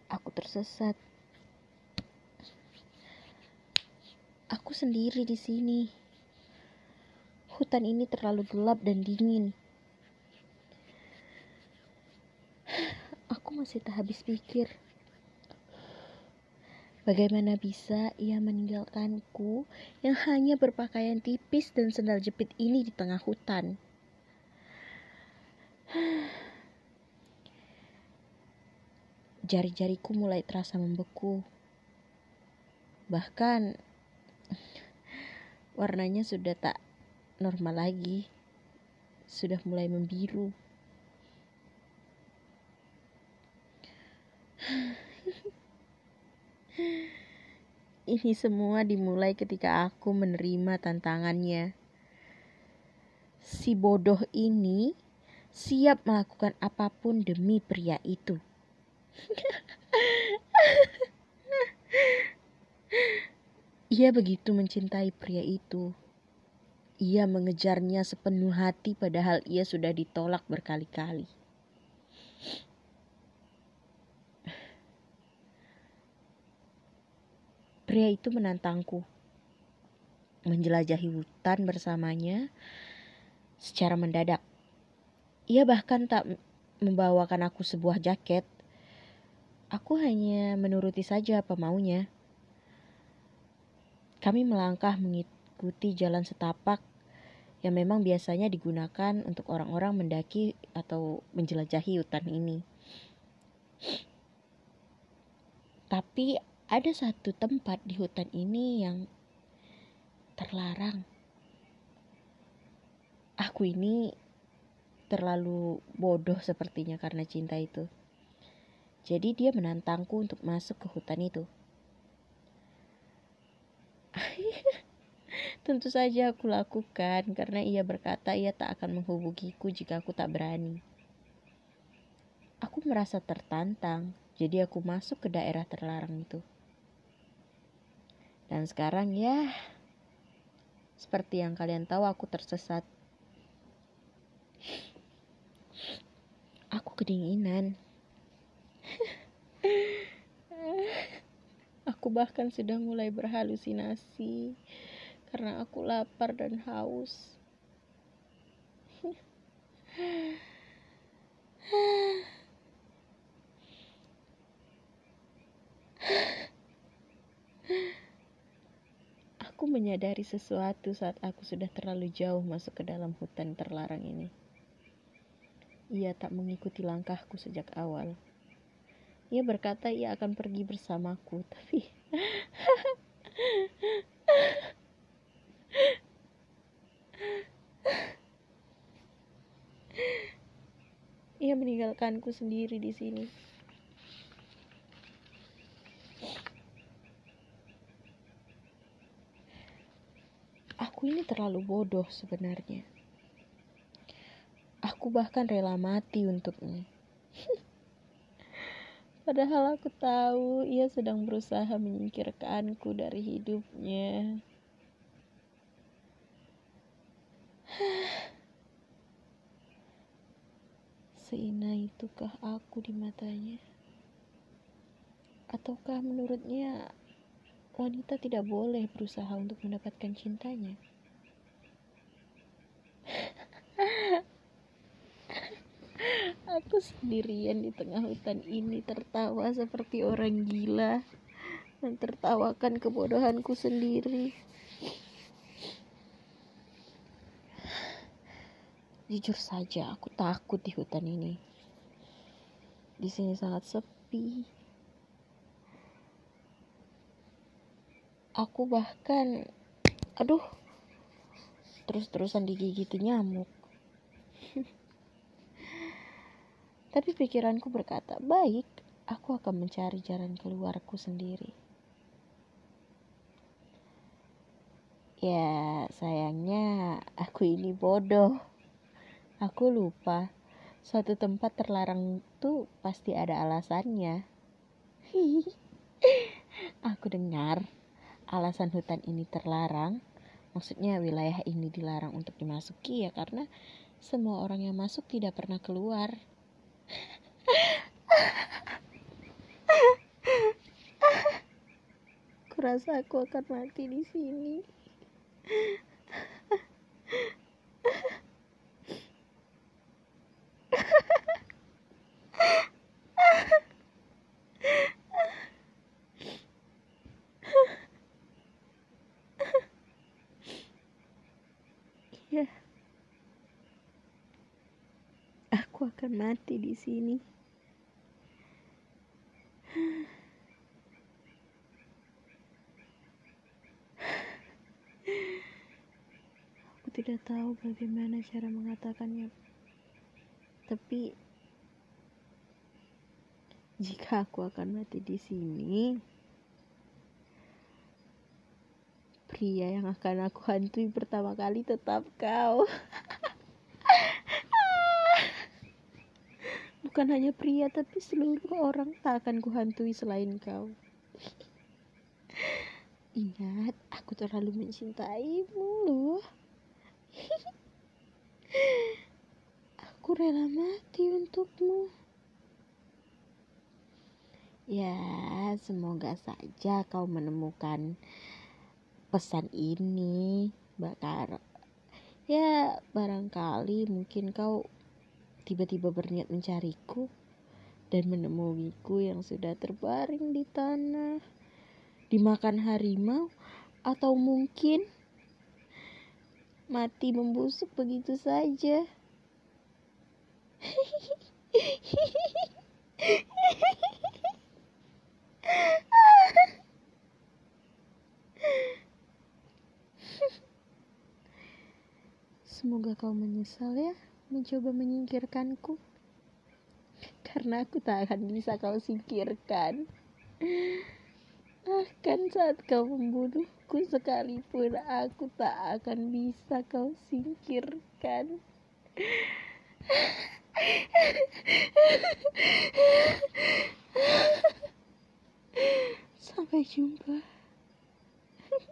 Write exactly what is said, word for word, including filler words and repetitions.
Aku tersesat. Aku sendiri di sini. Hutan ini terlalu gelap dan dingin. Aku masih tak habis pikir. Bagaimana bisa ia meninggalkanku yang hanya berpakaian tipis dan sendal jepit ini di tengah hutan? Jari-jariku mulai terasa membeku. Bahkan warnanya sudah tak normal lagi. Sudah mulai membiru. Ini semua dimulai ketika aku menerima tantangannya. Si bodoh ini siap melakukan apapun demi pria itu. Ia begitu mencintai pria itu. Ia mengejarnya sepenuh hati padahal ia sudah ditolak berkali-kali. Pria itu menantangku menjelajahi hutan bersamanya secara mendadak. Ia bahkan tak membawakan aku sebuah jaket. Aku hanya menuruti saja apa maunya. Kami melangkah mengikuti jalan setapak yang memang biasanya digunakan untuk orang-orang mendaki atau menjelajahi hutan ini. Tapi ada satu tempat di hutan ini yang terlarang. Aku ini terlalu bodoh sepertinya karena cinta itu. Jadi dia menantangku untuk masuk ke hutan itu. Tentu saja aku lakukan karena ia berkata ia tak akan menghubungiku jika aku tak berani. Aku merasa tertantang, jadi aku masuk ke daerah terlarang itu. Dan sekarang ya, seperti yang kalian tahu aku tersesat. Aku kedinginan. Aku bahkan sudah mulai berhalusinasi karena aku lapar dan haus. Aku menyadari sesuatu saat aku sudah terlalu jauh masuk ke dalam hutan terlarang ini. Ia tak mengikuti langkahku sejak awal. Ia berkata ia akan pergi bersamaku, tapi ia meninggalkanku sendiri di sini. Aku ini terlalu bodoh sebenarnya. Aku bahkan rela mati untuknya. Padahal aku tahu ia sedang berusaha menyingkirkanku dari hidupnya. Seina itukah aku di matanya? Ataukah menurutnya wanita tidak boleh berusaha untuk mendapatkan cintanya? Aku sendirian di tengah hutan ini tertawa seperti orang gila dan tertawakan kebodohanku sendiri. Jujur saja, aku takut di hutan ini. Di sini sangat sepi. Aku bahkan, aduh, terus-terusan digigit nyamuk. Tapi pikiranku berkata, baik, aku akan mencari jalan keluarku sendiri. Ya, sayangnya aku ini bodoh. Aku lupa, suatu tempat terlarang itu pasti ada alasannya. Aku dengar alasan hutan ini terlarang, maksudnya wilayah ini dilarang untuk dimasuki ya karena semua orang yang masuk tidak pernah keluar. merasa aku akan mati di sini. Ya, aku akan mati di sini. Aku tidak tahu bagaimana cara mengatakannya. Tapi jika aku akan mati di sini, pria yang akan aku hantui pertama kali tetap kau. Bukan hanya pria, tapi seluruh orang tak akan kuhantui selain kau. Ingat, aku terlalu mencintaimu loh. Aku rela mati untukmu. Ya, semoga saja kau menemukan pesan ini, Mbak Karo. Ya, barangkali mungkin kau tiba-tiba berniat mencariku dan menemuiku yang sudah terbaring di tanah, dimakan harimau, atau mungkin mati membusuk begitu saja. Semoga kau menyesal ya mencoba menyingkirkanku, karena aku tak akan bisa kau singkirkan. Bahkan saat kau membunuhku sekalipun, aku tak akan bisa kau singkirkan. Sampai jumpa.